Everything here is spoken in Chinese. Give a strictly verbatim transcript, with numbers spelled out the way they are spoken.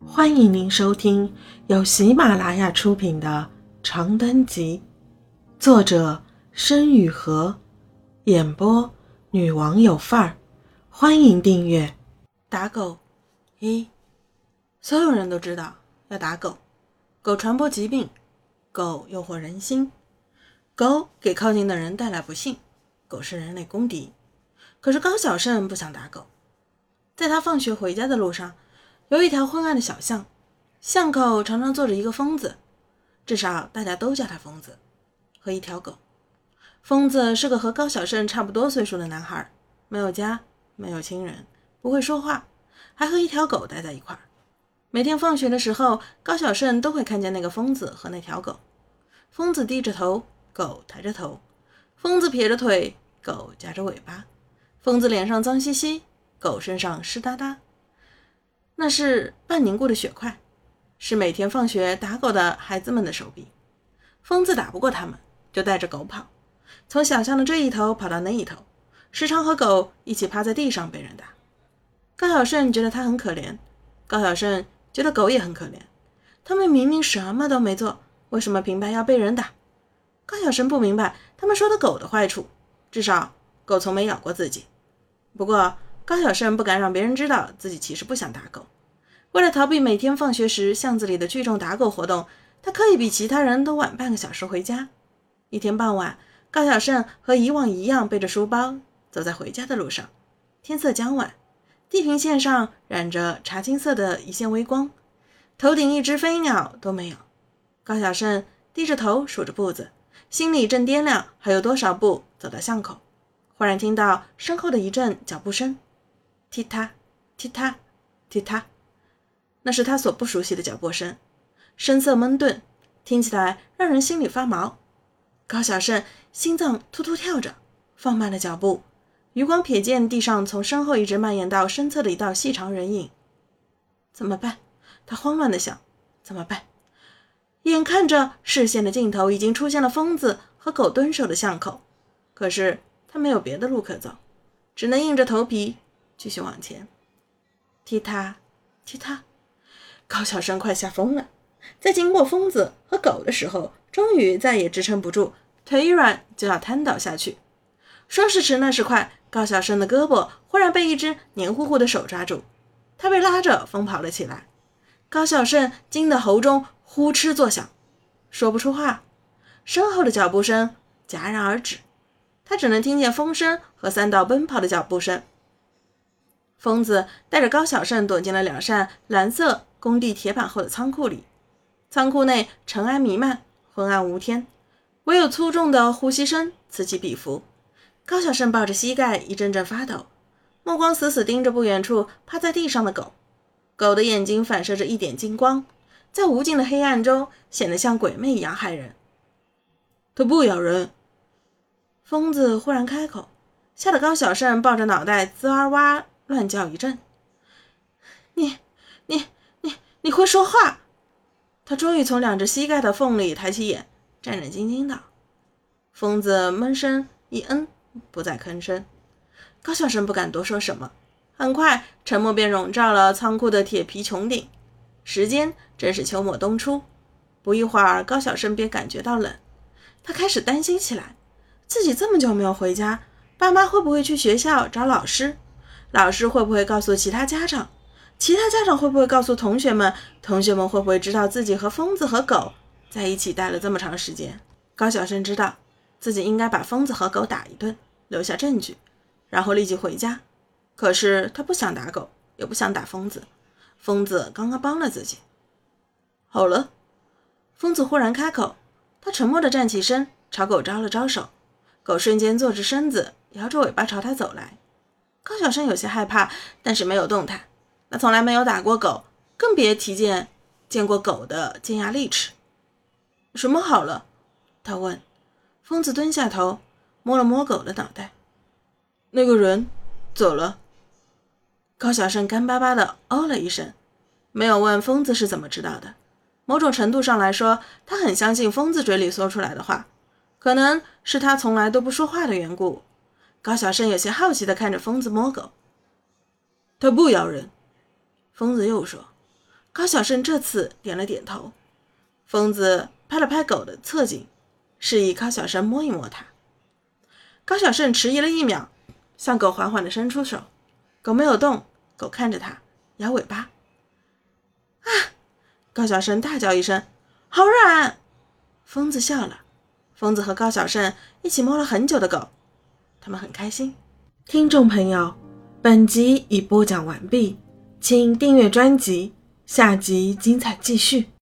欢迎您收听由喜马拉雅出品的《长灯集》，作者申雨禾，演播女王有范儿。欢迎订阅。打狗一，所有人都知道要打狗，狗传播疾病，狗诱惑人心，狗给靠近的人带来不幸，狗是人类公敌。可是高小胜不想打狗。在他放学回家的路上，有一条昏暗的小巷，巷口常常坐着一个疯子，至少大家都叫他疯子，和一条狗。疯子是个和高小胜差不多岁数的男孩，没有家，没有亲人，不会说话，还和一条狗待在一块儿。每天放学的时候，高小胜都会看见那个疯子和那条狗。疯子低着头，狗抬着头，疯子撇着腿，狗夹着尾巴，疯子脸上脏兮兮，狗身上湿哒哒。那是半凝固的血块，是每天放学打狗的孩子们的手臂。疯子打不过他们，就带着狗跑，从小巷的这一头跑到那一头，时常和狗一起趴在地上被人打。高小胜觉得他很可怜，高小胜觉得狗也很可怜，他们明明什么都没做，为什么平白要被人打？高小胜不明白他们说的狗的坏处，至少狗从没咬过自己。不过高小胜不敢让别人知道自己其实不想打狗。为了逃避每天放学时巷子里的聚众打狗活动，他可以比其他人都晚半个小时回家。一天傍晚，高小胜和以往一样背着书包走在回家的路上。天色将晚，地平线上染着茶青色的一线微光，头顶一只飞鸟都没有。高小胜低着头数着步子，心里正掂量还有多少步走到巷口。忽然听到身后的一阵脚步声，踢踏踢踏踢踏，那是他所不熟悉的脚步声，声色闷顿，听起来让人心里发毛。高小胜心脏突突跳着，放慢了脚步，余光瞥见地上从身后一直蔓延到身侧的一道细长人影。怎么办？他慌乱地想，怎么办？眼看着视线的尽头已经出现了疯子和狗蹲守的巷口，可是他没有别的路可走，只能硬着头皮继续往前。踢踏踢踏，高小胜快吓疯了，在经过疯子和狗的时候，终于再也支撑不住，腿一软就要瘫倒下去。说时迟那时快，高小胜的胳膊忽然被一只黏糊糊的手抓住，他被拉着疯跑了起来。高小胜惊得喉中呼哧作响，说不出话，身后的脚步声戛然而止，他只能听见风声和三道奔跑的脚步声。疯子带着高小胜躲进了两扇蓝色工地铁板后的仓库里，仓库内尘埃弥漫，昏暗无天，唯有粗重的呼吸声此起彼伏。高小胜抱着膝盖一阵阵发抖，目光死死盯着不远处趴在地上的狗，狗的眼睛反射着一点金光，在无尽的黑暗中显得像鬼魅一样骇人。它不咬人。疯子忽然开口，吓得高小胜抱着脑袋滋哇哇乱叫一阵。你你你你会说话？他终于从两只膝盖的缝里抬起眼，战战兢兢道。疯子闷声一嗯，不再吭声。高小胜不敢多说什么，很快沉默便笼罩了仓库的铁皮穹顶。时间正是秋末冬初，不一会儿高小胜便感觉到冷，他开始担心起来，自己这么久没有回家，爸妈会不会去学校找老师？老师会不会告诉其他家长？其他家长会不会告诉同学们？同学们会不会知道自己和疯子和狗在一起待了这么长时间？高小胜知道自己应该把疯子和狗打一顿，留下证据，然后立即回家。可是他不想打狗，也不想打疯子，疯子刚刚帮了自己。好了，疯子忽然开口，他沉默地站起身，朝狗招了招手，狗瞬间坐直身子，摇着尾巴朝他走来。高小胜有些害怕，但是没有动弹，他从来没有打过狗，更别提见见过狗的尖牙利齿。什么好了？他问。疯子蹲下头，摸了摸狗的脑袋。那个人走了。高小胜干巴巴地哦了一声，没有问疯子是怎么知道的。某种程度上来说，他很相信疯子嘴里说出来的话，可能是他从来都不说话的缘故。高小胜有些好奇地看着疯子摸狗。他不咬人。疯子又说。 高小胜这次点了点头。疯子拍了拍狗的侧颈，示意高小胜摸一摸它。高小胜迟疑了一秒，向狗缓缓地伸出手。狗没有动，狗看着他，摇尾巴。啊！高小胜大叫一声，好软！疯子笑了。疯子和高小胜一起摸了很久的狗，他们很开心。听众朋友，本集已播讲完毕，请订阅专辑，下集精彩继续。